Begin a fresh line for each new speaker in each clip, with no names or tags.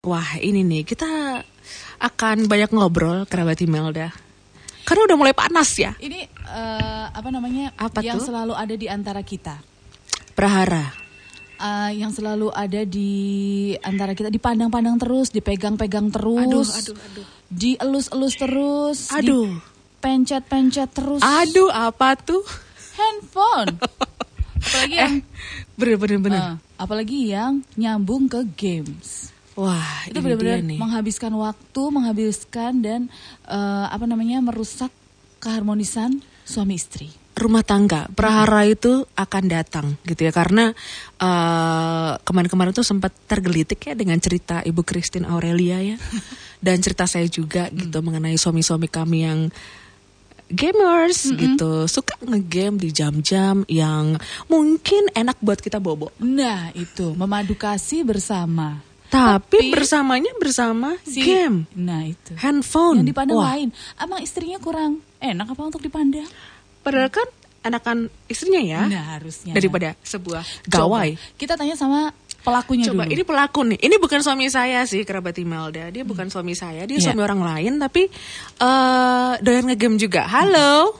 Wah, ini nih kita akan banyak ngobrol kerabat Imelda. Karena udah mulai panas ya.
Ini
Apa
yang
tuh?
selalu ada di antara kita.
Prahara.
Yang selalu ada di antara kita, dipandang-pandang terus, dipegang-pegang terus.
Aduh.
Dielus-elus terus.
Aduh.
Dipencet-pencet terus.
Aduh, apa tuh?
Handphone. Apalagi yang
Bener.
apalagi yang nyambung ke games.
Wah,
Itu
ini
benar-benar
dia nih.
menghabiskan waktu, dan merusak keharmonisan suami istri.
Rumah tangga, prahara itu akan datang gitu ya. Karena kemarin-kemarin tuh sempat tergelitik ya dengan cerita Ibu Christine Aurelia ya. Dan cerita saya juga gitu mengenai suami-suami kami yang gamers gitu. Suka ngegame di jam-jam yang mungkin enak buat kita bobo.
Nah itu, memadu kasih bersama.
Tapi bersamanya bersama game.
Nah itu.
Handphone.
Yang dipandang
Wah,
lain. Emang istrinya kurang enak apa untuk dipandang?
padahal kan enakan istrinya ya.
Nah harusnya.
Daripada sebuah
Coba,
gawai.
kita tanya sama pelakunya
Coba,
dulu.
ini pelaku nih. Ini bukan suami saya sih, kerabat Imelda. Dia bukan suami saya, dia
Iya.
suami orang lain. Tapi doyan ngegame juga. Halo.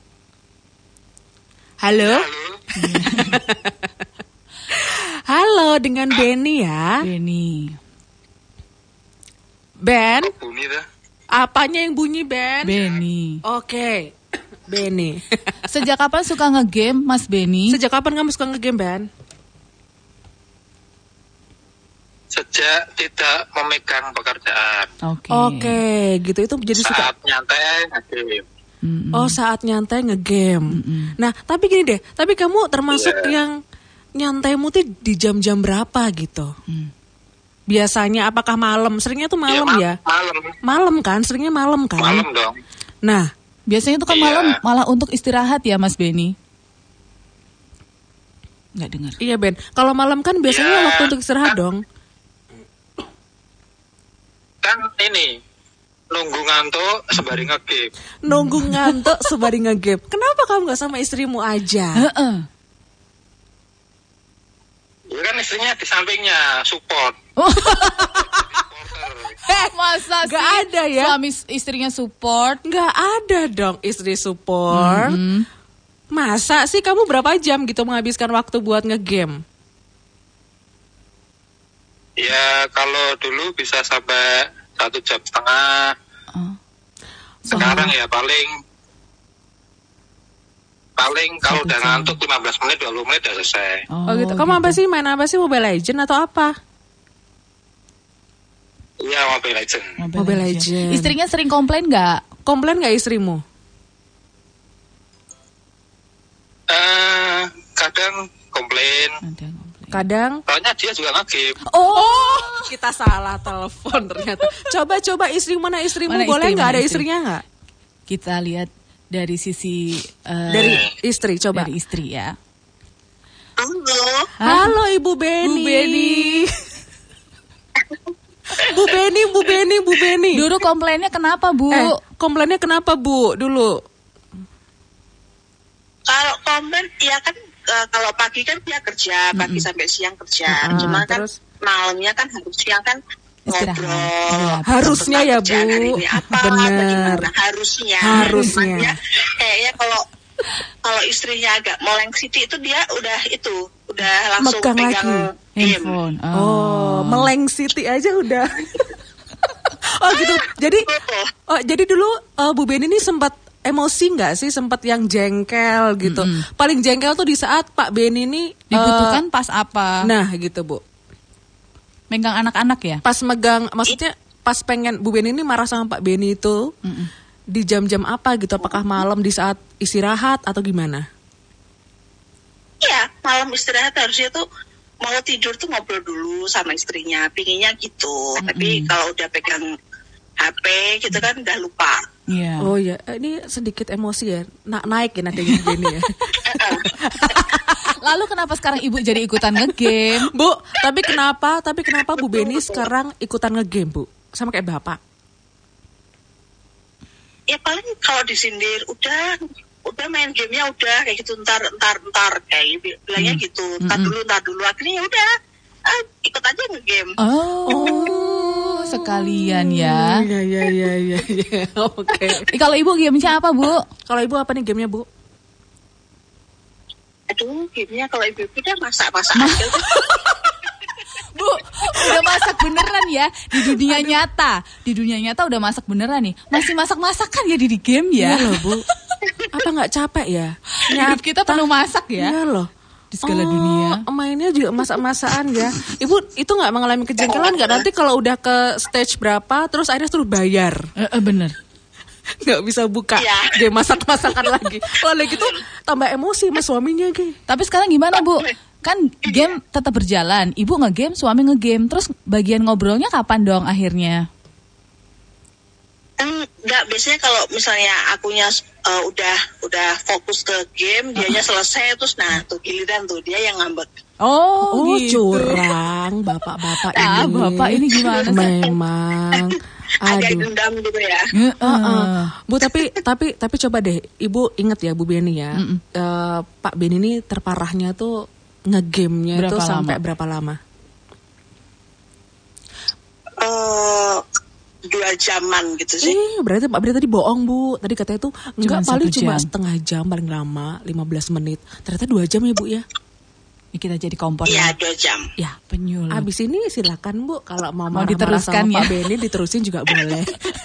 Halo, dengan Benny ya.
Benny.
Ben,
Bunyi dah.
apanya yang bunyi Ben?
Benny.
Oke, Benny.
Sejak kapan suka ngegame, Mas Benny?
Sejak kapan kamu suka ngegame, Ben?
Sejak tidak memegang pekerjaan.
Oke.
Oke, gitu. Itu jadi suka.
Saat nyantai ngegame.
Oh, saat nyantai ngegame. Nah, tapi gini deh. Tapi kamu termasuk
Iya.
yang nyantaimu tuh di jam-jam berapa gitu? Biasanya apakah malam? Seringnya tuh malam ya?
Malam.
Malam kan? Seringnya malam kan?
Malam dong.
Nah,
Biasanya itu kan
Iya.
malam malah untuk istirahat ya, Mas Benny? Nggak dengar.
iya Ben. Kalau malam kan biasanya
Iya.
waktu untuk istirahat dong.
Kan ini nunggu ngantuk sembari ngegame.
Nunggu ngantuk sembari ngegame. Kenapa kamu nggak sama istrimu aja?
Heeh.
Ya kan istrinya di sampingnya support.
Masa
Nggak
sih
ada ya?
suami istrinya support?
Nggak ada dong istri support. Masa sih kamu berapa jam gitu menghabiskan waktu buat ngegame?
Ya kalau dulu bisa sampai 1,5 jam. Sekarang ya paling kalau udah ngantuk 15 menit 20 menit udah selesai.
Oh gitu. Kamu apa sih? Main apa sih? Mobile Legend atau apa?
Iya, Mobile Legend.
Mobile Legend.
Istrinya sering komplain nggak?
Komplain nggak istrimu?
Kadang komplain.
Kadang.
Soalnya dia juga ngegame.
Oh, kita salah telepon ternyata. Coba istrimu mana istrimu?
Mana
Boleh
istri,
nggak
mana
ada
istri?
istrinya nggak?
Kita lihat dari sisi
Dari istri coba.
dari istri ya.
Halo Ibu Beni.
Bu Beni.
Bu Beni.
Dulu komplainnya kenapa, Bu?
Komplainnya kenapa Bu dulu?
Kalau komplain ya kan kalau pagi kan dia kerja, pagi sampai siang kerja. Cuma kan
terus?
malamnya kan harus siang kan
Istirahat.
ngobrol.
Iya,
Harusnya ya, Bu.
Kerjaan hari ini apa,
Bener.
bagaimana? Harusnya.
Harusnya.
Cuman ya, kayaknya kalau istrinya agak moleng Siti itu dia udah langsung
Megang
pegang
lagi.
game.
Handphone.
Oh, Meleng City aja udah. Oh gitu. Jadi dulu Bu Beni ini sempat emosi nggak sih? Sempat yang jengkel gitu. Paling jengkel tuh di saat Pak Beni ini
Dibutuhkan pas apa?
nah gitu Bu.
Megang anak-anak ya?
Pas megang, maksudnya pas pengen Bu Beni ini marah sama Pak Beni itu di jam-jam apa gitu? Apakah malam di saat istirahat atau gimana?
Iya, malam istirahat harusnya tuh mau tidur tuh ngobrol dulu sama istrinya, pinginnya gitu. Tapi kalau udah pegang HP gitu kan udah lupa.
Iya.
Oh ya, ini sedikit emosi ya, naik ya nadanya Bu Beni ya.
Lalu kenapa sekarang Ibu jadi ikutan ngegame?
Bu, tapi kenapa Bu Beni sekarang ikutan ngegame Bu? Sama kayak Bapak.
Ya paling kalau disindir udah main gamenya udah kayak gitu ntar kayak bilangnya gitu ntar dulu akhirnya ya udah ikut aja ngegame.
Oh. sekalian ya.
Iya. Oke.
Kalau ibu gamenya apa, Bu?
Kalau ibu apa nih gamenya, Bu?
Aduh, gamenya kalau ibu-ibu udah masak-masak aja.
Bu, udah masak beneran ya di dunia nyata. Di dunia nyata udah masak beneran nih. Masih masak-masakan ya di game ya.
Iya loh, Bu. Apa nggak capek ya?
Hidup kita penuh masak ya.
Iya loh.
Di segala dunia.
Mainnya juga masak-masakan ya. Ibu itu nggak mengalami kejengkelan nggak nanti kalau udah ke stage berapa terus akhirnya suruh bayar?
Bener.
Nggak bisa buka game masak-masakan lagi. Kalau gitu tambah emosi sama suaminya gitu.
Tapi sekarang gimana, Bu? Kan game tetap berjalan. Ibu nge-game, suami nge-game. Terus bagian ngobrolnya kapan dong akhirnya?
Enggak, biasanya kalau misalnya akunya udah fokus ke game, dianya selesai terus tuh giliran tuh dia yang ngambek.
Oh gitu.
Curang bapak-bapak ini.
Bapak ini gimana sih?
Memang
agak dendam gitu ya.
Bu tapi coba deh Ibu inget ya Bu Beni ya. Pak Beni ini terparahnya tuh nge-game-nya tuh sampai berapa lama?
2 jaman gitu sih.
Berarti tadi bohong, Bu. Tadi katanya tuh enggak, paling cuma setengah jam paling lama, 15 menit. Ternyata 2 jam ya, Bu ya.
Kita jadi kompor.
Iya, 2 jam.
Ya,
penyulut.
Abis ini silakan, Bu, kalau mau
diteruskan
sama
ya.
Pak Beni diterusin juga boleh.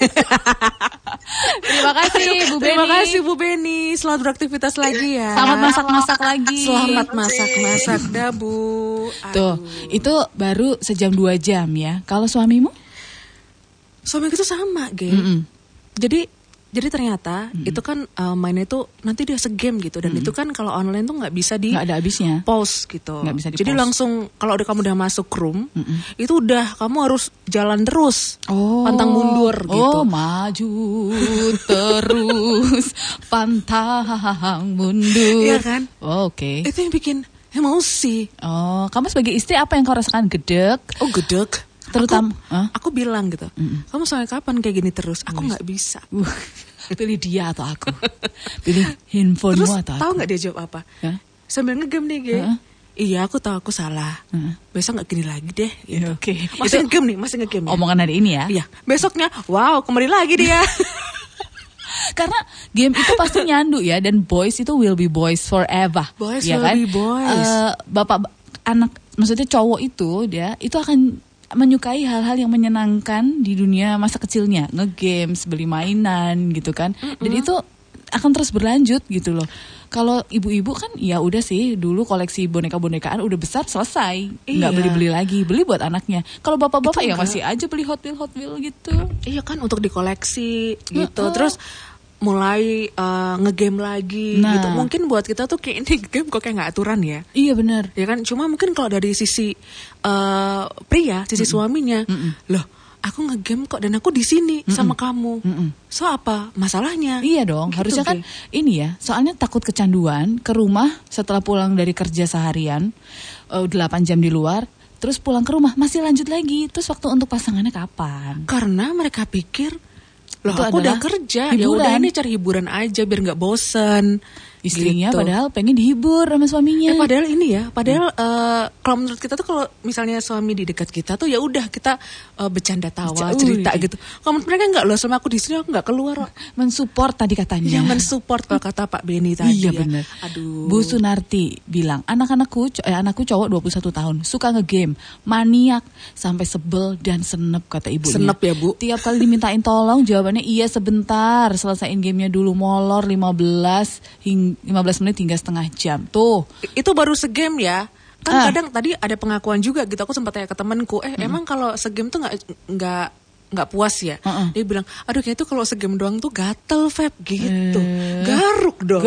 Terima kasih Bu Beni.
Terima kasih Bu Beni. Selamat beraktivitas lagi ya.
Selamat masak-masak lagi.
Selamat masak-masak dah, Bu.
Tuh, itu baru sejam 2 jam ya. Kalau suamimu?
Suamiku tuh sama, geng. Jadi ternyata itu kan mainnya tuh nanti dia segame gitu dan itu kan kalau online tuh nggak bisa
nggak ada habisnya,
pause gitu.
Nggak bisa
jadi langsung kalau kamu udah masuk room itu udah kamu harus jalan terus, pantang mundur gitu.
Maju terus pantang mundur.
Iya kan?
Oke.
Itu yang bikin emosi.
Kamu sebagai istri apa yang kau rasakan? Gedek?
Gedek.
Terutama
aku bilang gitu, kamu sampai kapan kayak gini terus? Aku nggak bisa.
Pilih dia atau aku? Pilih handphonemu
terus,
atau aku?
Tahu nggak dia jawab apa? Sambil ngegame nih, iya aku tahu aku salah. Besok nggak gini lagi deh. Gitu.
Oke.
Masih ngegame.
Omongan hari ini ya?
Iya. Besoknya, wow kembali lagi dia.
Karena game itu pasti nyandu ya, dan boys itu will be boys forever.
Boys
ya
will
kan?
be boys.
Anak, maksudnya cowok itu itu akan menyukai hal-hal yang menyenangkan di dunia masa kecilnya, nge-games, beli mainan gitu kan. Dan itu akan terus berlanjut gitu loh. Kalau ibu-ibu kan ya udah sih, dulu koleksi boneka-bonekaan udah besar selesai, nggak beli-beli lagi, beli buat anaknya. Kalau bapak-bapak ya masih aja beli Hot Wheel gitu. Iya
kan, untuk dikoleksi gitu. Terus mulai ngegame lagi gitu. Mungkin buat kita tuh kayak ini game kok kayak nggak aturan ya.
Iya benar.
Ya kan, cuma mungkin kalau dari sisi pria, sisi suaminya, loh aku ngegame kok dan aku di sini sama kamu. So apa masalahnya?
Iya dong, gitu, harusnya kan ini ya. Soalnya takut kecanduan ke rumah setelah pulang dari kerja seharian 8 jam di luar. Terus pulang ke rumah masih lanjut lagi. Terus waktu untuk pasangannya kapan?
Karena mereka pikir, loh aku udah kerja, ya udah ini cari hiburan aja biar nggak bosen.
Istrinya
gitu.
Padahal pengen dihibur sama suaminya.
Padahal ini ya, kalau menurut kita tuh kalau misalnya suami di dekat kita tuh ya udah kita bercanda tawa, cerita gitu. Kalau menurut mereka enggak loh, sama aku di sini aku enggak keluar.
Mensupport tadi katanya.
Ya mensupport kalau kata Pak Beni tadi.
Iya benar.
Aduh.
Bu Sunarti bilang anakku cowok 21 tahun suka ngegame, maniak sampai sebel dan senep kata ibunya.
Senep ya Bu.
Tiap kali dimintain tolong jawabannya iya sebentar, selesaiin gamenya dulu, molor 15 menit hingga setengah jam. Tuh. Itu
baru segame ya. Kan kadang tadi ada pengakuan juga gitu. Aku sempat tanya ke temanku, emang kalau segame tuh nggak puas ya? Dia bilang, aduh kayak itu kalau segame doang tuh gatel Feb gitu. Garuk dong.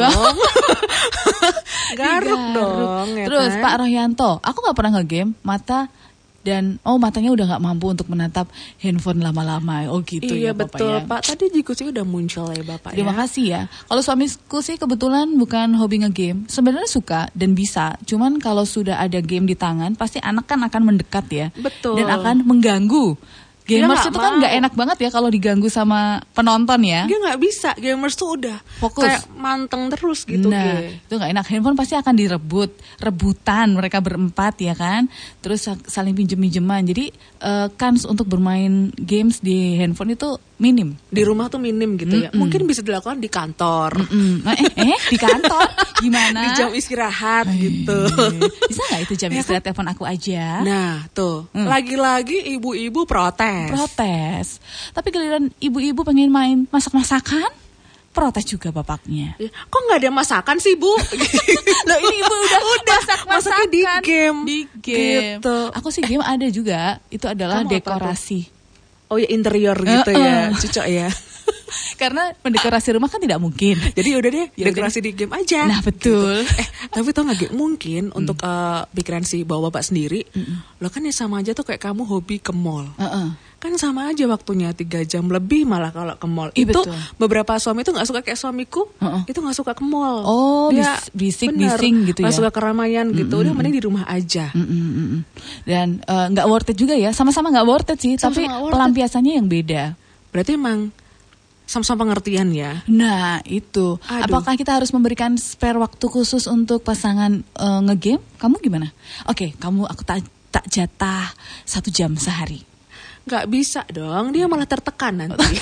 Garuk dong. Ya
terus
kan?
Pak Rohyanto, aku nggak pernah ngegame, matanya udah nggak mampu untuk menatap handphone lama-lama. Oh gitu.
Iya,
ya Bapak
betul
ya.
Pak, tadi diskusi udah muncul ya Bapak.
Terima kasih ya. Kalau suamiku sih kebetulan bukan hobi ngegame, sebenarnya suka dan bisa. Cuman kalau sudah ada game di tangan, pasti anak kan akan mendekat ya.
Betul.
Dan akan mengganggu Gamers
Dia
itu kan
mau.
nggak enak banget ya kalau diganggu sama penonton ya.
Dia nggak bisa, gamers tuh udah
Fokus.
kayak manteng terus gitu.
Nah,
Ge.
itu nggak enak. Handphone pasti akan rebutan mereka berempat ya kan. Terus saling pinjem-pinjeman. Jadi kans untuk bermain games di handphone itu minim.
Di rumah tuh minim gitu ya. Mungkin bisa dilakukan di kantor,
Di kantor gimana?
di jam istirahat gitu.
Bisa nggak itu jam
Ya
istirahat telepon aku aja?
Nah tuh, lagi-lagi ibu-ibu
Protes. Tapi giliran ibu-ibu pengen main masak-masakan, protes juga bapaknya.
Ya, kok nggak ada masakan sih bu?
Loh ini ibu udah masak-masakan
masaknya di game.
Di game.
Gitu.
Aku sih game ada juga. Itu adalah
Kamu apa
dekorasi.
Oh ya interior gitu ya, cocok ya.
Karena mendekorasi rumah kan tidak mungkin.
Jadi udah deh,
Ya
dekorasi di game aja.
Nah, betul.
Gitu. Tapi tau gak, Ge, mungkin untuk pikiran si bapak sendiri, lo kan ya sama aja tuh kayak kamu hobi ke mall. Kan sama aja waktunya 3 jam lebih malah kalau ke mall.
Iya,
Itu
betul.
beberapa suami tuh gak suka kayak suamiku, itu gak suka ke mall.
Oh,
Dia
bising gitu ya.
Gak suka keramaian gitu, udah mending di rumah aja.
Dan nggak worth it juga ya. Sama-sama nggak worth it sih.
Sama-sama
Tapi
nggak worth it.
pelampiasannya yang beda.
Berarti emang sama-sama pengertian ya.
Nah itu,
Aduh.
apakah kita harus memberikan spare waktu khusus untuk pasangan ngegame? Kamu gimana? Oke, aku tak jatah 1 jam sehari.
Gak bisa dong, dia malah tertekan nanti.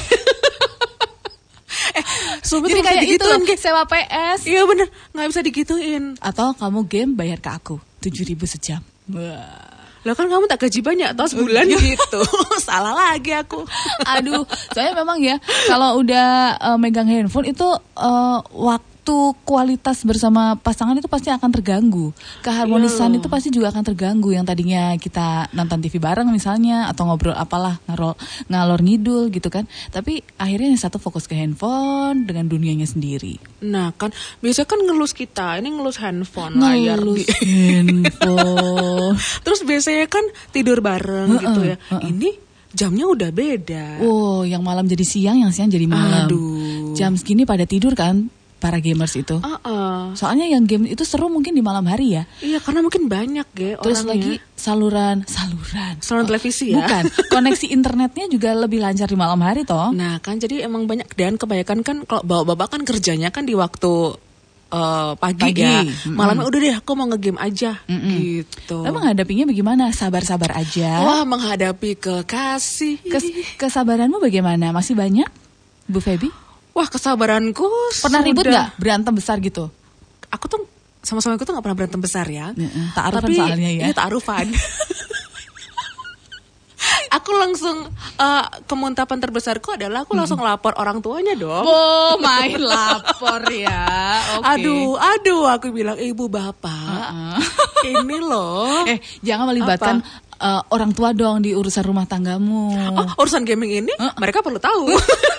Suami
Jadi
tuh
kayak itu
digituin, Ge.
sewa PS.
Iya bener, gak bisa digituin.
Atau kamu game bayar ke aku 7.000 sejam. Wah.
Lah kan kamu tak gaji banyak tau sebulan gitu. Salah lagi aku.
Aduh, soalnya memang ya kalau udah megang handphone itu waktu kualitas bersama pasangan itu pasti akan terganggu. Keharmonisan
Iya.
itu pasti juga akan terganggu. Yang tadinya kita nonton TV bareng misalnya atau ngobrol apalah ngalor ngidul gitu kan. Tapi akhirnya yang satu fokus ke handphone dengan dunianya sendiri.
Nah kan, biasanya kan ngelus kita, ini ngelus handphone, layar
Ngelus
di...
handphone.
Terus biasanya kan tidur bareng gitu ya. Ini jamnya udah beda.
Oh, yang malam jadi siang, yang siang jadi malam.
Aduh.
Jam segini pada tidur kan para gamers itu. Soalnya yang game itu seru mungkin di malam hari ya.
Iya karena mungkin banyak
Terus
orangnya.
lagi saluran
televisi ya.
Bukan, koneksi internetnya juga lebih lancar di malam hari toh.
Nah kan jadi emang banyak, dan kebanyakan kan kalau bapak-bapak kan kerjanya kan di waktu pagi ya. Malamnya udah deh aku mau ngegame aja gitu.
Emang menghadapinya bagaimana? Sabar-sabar aja.
Wah menghadapi kekasih.
Kesabaranmu bagaimana? Masih banyak, Bu Feby?
Wah kesabaranku
Pernah ribut
sudah-
nggak? Berantem besar gitu?
Aku tuh sama suamiku tuh gak pernah berantem besar ya.
Ta'arufan
Tapi
soalnya ya.
iya ta'arufan. Aku langsung kemuntapan terbesarku adalah aku langsung lapor orang tuanya dong.
Oh, main lapor ya. Oke.
Aduh, aku bilang ibu bapak, ini loh.
Jangan melibatkan orang tua dong di urusan rumah tanggamu.
Oh, urusan gaming ini mereka perlu tahu.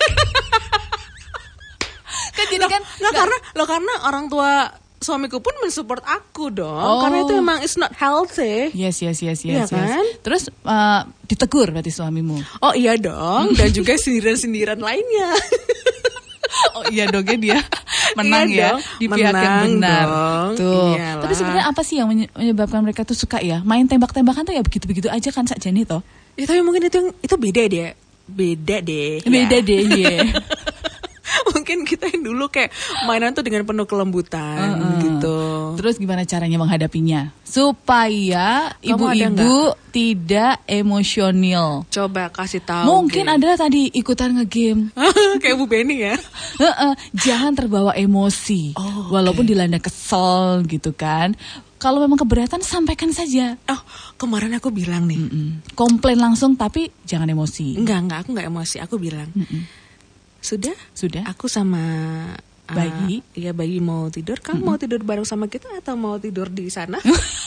Kan jadi kan
karena orang tua suamiku pun mensupport aku dong.
Oh.
Karena itu emang it's not healthy.
Yes.
Iya kan?
Terus ditegur berarti suamimu.
Oh iya dong, dan juga sindiran-sindiran lainnya.
Oh iya dongnya dia menang
Iya
ya
dong,
di pihak yang
menang
benar.
dong.
Tuh.
Iyalah.
Tapi sebenarnya apa sih yang menyebabkan mereka tuh suka ya? Main tembak-tembakan tuh ya begitu-begitu aja kan sakjane toh.
Ya, tapi mungkin itu beda deh. Beda deh.
Beda deh ya.
Mungkin kita yang dulu kayak mainan tuh dengan penuh kelembutan gitu.
Terus gimana caranya menghadapinya? Supaya
Kamu ada
ibu-ibu tidak emosional.
Coba kasih tahu.
Mungkin ada tadi ikutan ngegame.
kayak Bu Beni ya.
Jangan terbawa emosi. Walaupun dilanda kesel gitu kan. Kalau memang keberatan sampaikan saja.
Oh, kemarin aku bilang nih.
Komplain langsung tapi jangan emosi.
Enggak, aku enggak emosi. Aku bilang. Sudah? Aku sama
Bayi?
Iya, Bayi mau tidur. Kamu mau tidur bareng sama kita atau mau tidur di sana?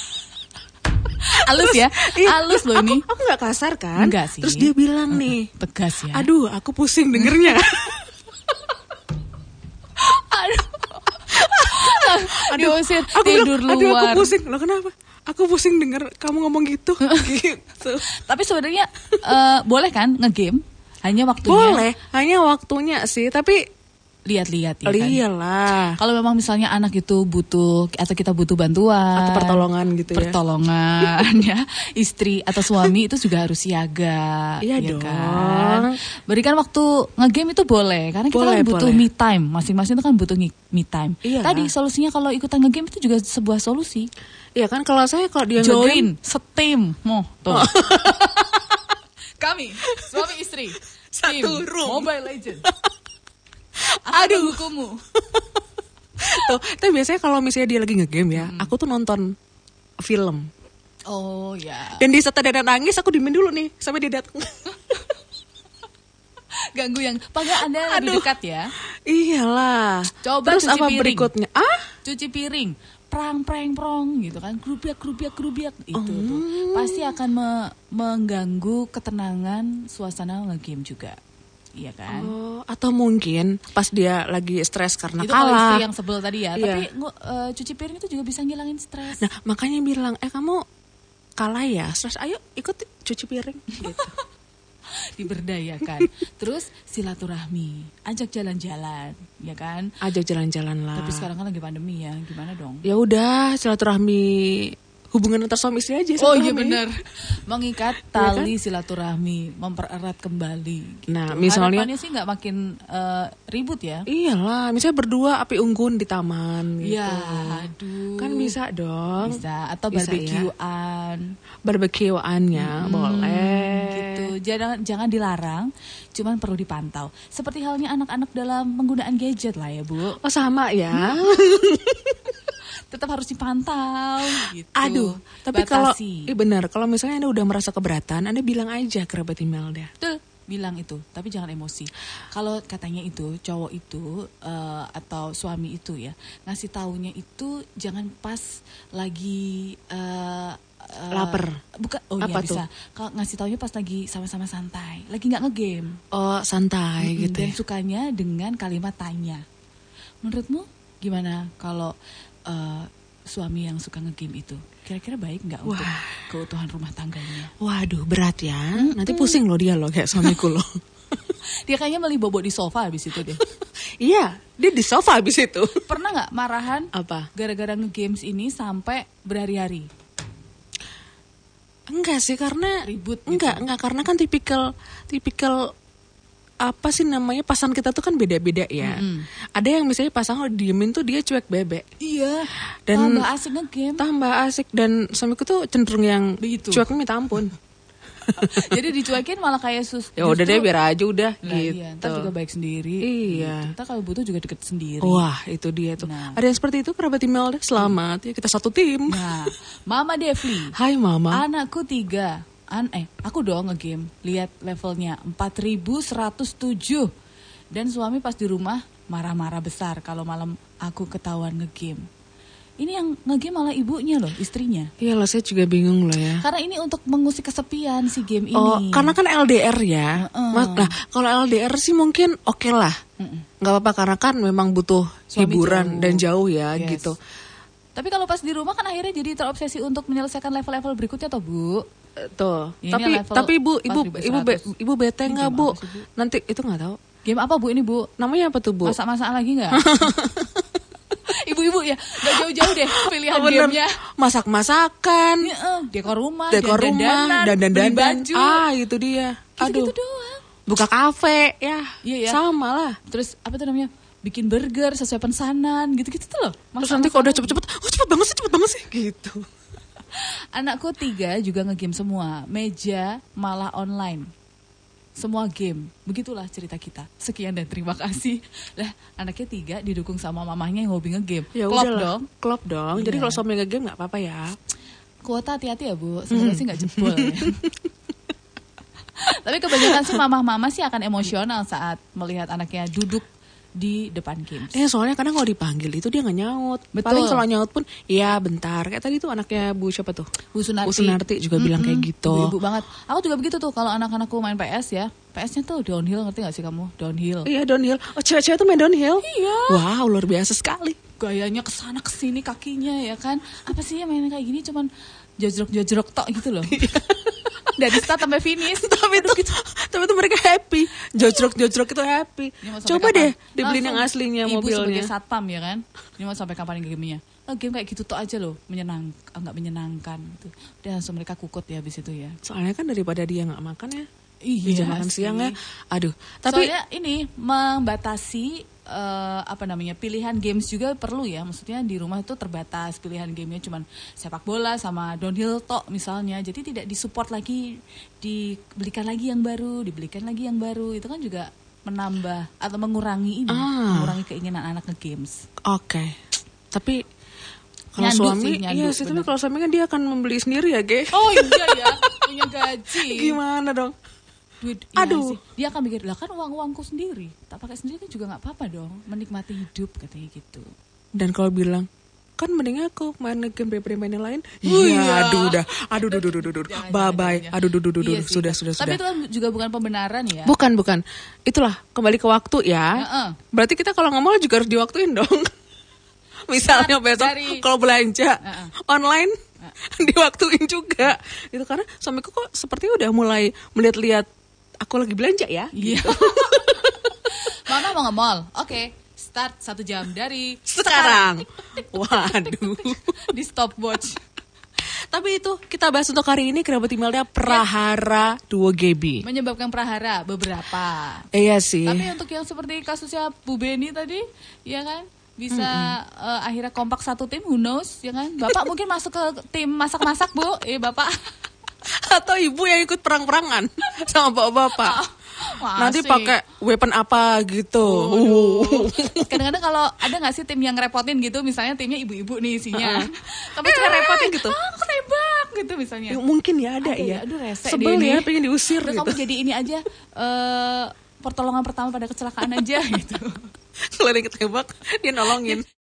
Halus ya? Halus loh ini.
Aku gak kasar kan?
Enggak sih.
Terus dia bilang nih,
tegas ya.
aduh aku pusing dengernya.
Diusir
Aku
tidur
bilang, aduh aku
luar.
pusing. Loh kenapa? Aku pusing denger kamu ngomong gitu. Gitu.
Tapi sebenarnya boleh kan ngegame? Hanya waktunya.
Boleh, hanya waktunya sih. Tapi
lihat-lihat ya kan.
Iyalah.
Kalau memang misalnya anak itu butuh atau kita butuh bantuan
Atau pertolongan gitu ya.
pertolongan ya, istri atau suami itu juga harus siaga.
Iya
ya
dong.
Kan? Berikan waktu ngegame itu boleh, karena kita kan butuh me time. Masing-masing itu kan butuh me time.
Iya.
Tadi solusinya kalau ikutan ngegame itu juga sebuah solusi.
Iya kan, kalau dia
join Steam, tuh. Kami suami istri
Satu room.
Mobile Legend.
Aduh,
hukummu.
Tuh, tapi biasanya kalau misalnya dia lagi ngegame ya, aku tuh nonton film.
Oh ya.
Dan di saat ada nangis, aku diemin dulu nih sampai dia datang.
Ganggu yang padahal Anda lebih dekat ya.
Iyalah.
Coba
terus
cuci
apa
piring.
Berikutnya?
Cuci piring, prang gitu kan, grubiak itu tuh pasti akan mengganggu ketenangan suasana ngegame juga. Iya kan?
Oh, atau mungkin pas dia lagi stres karena
itu kalau
kalah.
istri yang sebel tadi ya.
Iya.
Tapi cuci piring itu juga bisa ngilangin stres.
Nah, makanya bilang, kamu kalah ya, stres, ayo ikut cuci piring. Gitu.
Diberdayakan. Terus silaturahmi, ajak jalan-jalan, ya kan?
Ajak jalan-jalan lah.
Tapi sekarang kan lagi pandemi ya, gimana dong?
Ya udah, silaturahmi hubungan antar suami istri aja.
Oh iya benar. Mengikat tali silaturahmi, mempererat kembali. Gitu.
Nah, misalnya
harapannya sih nggak makin ribut ya.
Iyalah, misalnya berdua api unggun di taman gitu.
Ya, aduh.
Kan bisa dong.
Bisa, atau
Bisa
barbekyuan.
Ya. Barbekyuannya boleh.
Gitu. Jangan dilarang, cuman perlu dipantau. Seperti halnya anak-anak dalam penggunaan gadget lah ya, Bu.
Oh, sama ya.
Tetap harus dipantau gitu.
Aduh, tapi
batasi.
benar, kalau misalnya Anda udah merasa keberatan, Anda bilang aja ke kerabat Imelda.
Betul, bilang itu, tapi jangan emosi. Kalau katanya itu cowok itu atau suami itu ya, ngasih taunya itu jangan pas lagi
lapar.
Bukan,
apa
iya
tuh?
bisa. Kalau ngasih taunya pas lagi sama-sama santai, lagi nggak ngegame.
Oh, santai gitu
Dan
ya.
sukanya dengan kalimat tanya. Menurutmu gimana kalau suami yang suka ngegame itu? Kira-kira baik nggak untuk keutuhan rumah tangganya?
Waduh, berat ya. Nanti pusing loh dia loh kayak suamiku loh.
Dia kayaknya melibobok di sofa habis itu deh.
Iya, dia di sofa habis itu.
Pernah nggak marahan
Apa?
gara-gara ngegames ini sampai berhari-hari?
Enggak sih, karena
Ribut gitu.
enggak karena kan tipikal apa sih namanya, pasangan kita tuh kan beda-beda ya. Ada yang misalnya pasangan diemin tuh dia cuek bebek.
Iya.
Dan
tambah asik ngegame.
Tambah asik, dan suamiku tuh cenderung yang
Begitu.
cueknya minta ampun.
Jadi dicuekin malah kayak
Ya udah deh, biar aja udah
nah,
gitu.
iya, ntar juga baik sendiri.
Iya.
Gitu. Ntar kalau butuh juga deket sendiri.
Wah, itu dia tuh.
Nah.
Ada yang seperti itu, kerabat Imelda. Selamat ya, kita satu tim.
Nah, Mama Devli.
Hai Mama.
Anakku 3. Aku dong ngegame. Lihat levelnya 4107. Dan suami pas di rumah marah-marah besar kalau malam aku ketahuan ngegame. Ini yang ngegame malah ibunya loh, istrinya.
Iya lah, saya juga bingung loh ya.
Karena ini untuk mengusik kesepian si game ini.
Oh, karena kan LDR ya. Nah, kalau LDR sih mungkin oke lah. Nggak apa-apa, karena kan memang butuh
Suami
hiburan
jauh.
dan jauh ya
Yes.
gitu.
Tapi kalau pas di rumah kan akhirnya jadi terobsesi untuk menyelesaikan level-level berikutnya toh, Bu.
Tuh.
Ini
Tapi
level
ibu bete
Ini
nggak,
game
Bu?
apa sih, Bu?
Nanti itu nggak tahu.
Game apa, Bu, ini, Bu?
Namanya apa tuh, Bu?
Masak-masak lagi nggak? Ibu-ibu ya, gak jauh-jauh deh pilihan
Bener.
gamenya.
Masak-masakan,
Dekor rumah,
dandan,
beli baju.
itu dia.
Gitu-gitu doang.
Buka kafe ya.
Iya ya.
Sama lah.
Terus apa tuh namanya? Bikin burger sesuai pesanan, gitu-gitu tuh loh.
Terus nanti kalau udah cepet-cepet, cepet banget sih gitu.
Anakku 3 juga ngegame semua. Meja malah online. Semua game. Begitulah cerita kita. Sekian dan terima kasih. Lah, anaknya 3 didukung sama mamahnya yang hobi ngegame.
Ya
Klop
udahlah.
dong.
Klop dong.
Iya.
Jadi kalau suami nge-game nggak apa-apa ya.
Kuota hati-hati ya, Bu. Semoga sih nggak jebol ya. Tapi kebanyakan sih mama-mama sih akan emosional saat melihat anaknya duduk di depan games.
Soalnya kadang kalau dipanggil itu dia nggak nyaut.
Betul.
Paling kalau nyaut pun, ya bentar. Kayak tadi tuh anaknya Bu siapa tuh?
Bu Sunarti.
Bu Sunarti juga bilang kayak gitu.
Ibu banget. Aku juga begitu tuh kalau anak-anakku main PS ya. PS-nya tuh downhill, ngerti gak sih kamu? Downhill.
Iya, downhill. Oh, cewek-cewek tuh main downhill?
Iya.
Wow, luar biasa sekali.
Gayanya kesana kesini kakinya ya kan. Apa sih yang main kayak gini cuman jojrok-jojrok tok gitu loh. Dari start sampai finish.
Tapi itu mereka happy. Jojrok itu happy.
Ini mau sampai
Coba
kapan?
deh dibeliin yang
Langsung
aslinya
ibu
mobilnya.
sebagai satpam ya kan. Ini mau sampai kapan gamenya? Game kayak gitu tuh aja loh, nggak menyenangkan gitu. Udah langsung mereka kukut ya habis itu ya.
Soalnya kan daripada dia nggak makan ya.
Iya
Di jam makan
sih.
siang ya. Aduh, tapi
Soalnya ini membatasi pilihan games juga perlu ya. Maksudnya di rumah itu terbatas pilihan gamenya cuman sepak bola sama downhill tok misalnya. Jadi tidak disupport lagi, dibelikan lagi yang baru. Itu kan juga menambah atau mengurangi mengurangi keinginan anak nge-games.
oke. Tapi kalau
Nyanduk
suami,
sih, nyanduk,
iya sih, tapi
bener.
kalau suami kan dia akan membeli sendiri ya, Ge.
Oh iya ya, punya gaji.
Gimana dong?
Duit, iya
Aduh.
sih. Dia akan mikir, lah kan uangku sendiri. Tak pakai sendiri kan juga gak apa-apa dong. Menikmati hidup katanya gitu.
Dan kalau bilang, kan mending aku main game daripada main yang lain.
Oh,
Iya,
iya.
aduh udah. Aduh,
Jangan,
bye bye.
jangan.
Aduh,
Iya sih.
sudah.
Tapi itu kan juga bukan pembenaran ya.
Bukan. Itulah, kembali ke waktu ya.
Heeh.
Berarti kita kalau ngomong juga harus diwaktuin dong. Misalnya besok
dari-
kalau belanja
Heeh.
online diwaktuin juga. Itu karena suamiku kok sepertinya udah mulai melihat-lihat aku lagi belanja ya.
Iya. Mama mau nge-mall. Oke, start 1 jam dari
Sekarang. Waduh.
di stopwatch.
Tapi itu kita bahas untuk hari ini kerabat emailnya Prahara Duo GB.
Menyebabkan prahara beberapa.
Iya sih.
Tapi untuk yang seperti kasusnya Bu Beni tadi, ya kan? Bisa akhirnya kompak satu tim, who knows, ya kan? Bapak mungkin masuk ke tim masak-masak, Bu. Bapak.
Atau ibu yang ikut perang-perangan sama bapak-bapak. Nanti
Masih.
pakai weapon apa gitu.
Kadang-kadang kalau ada nggak sih tim yang repotin gitu, misalnya timnya ibu-ibu nih isinya. Tapi cuma repotin
gitu.
aku nembak gitu misalnya.
Ya, mungkin ya ada ya.
Aduh rese
Sebel
dia
ya
nih.
pengen diusir
Udah,
gitu.
kamu jadi ini aja pertolongan pertama pada kecelakaan aja gitu.
Kalau ada yang ketembak dia nolongin.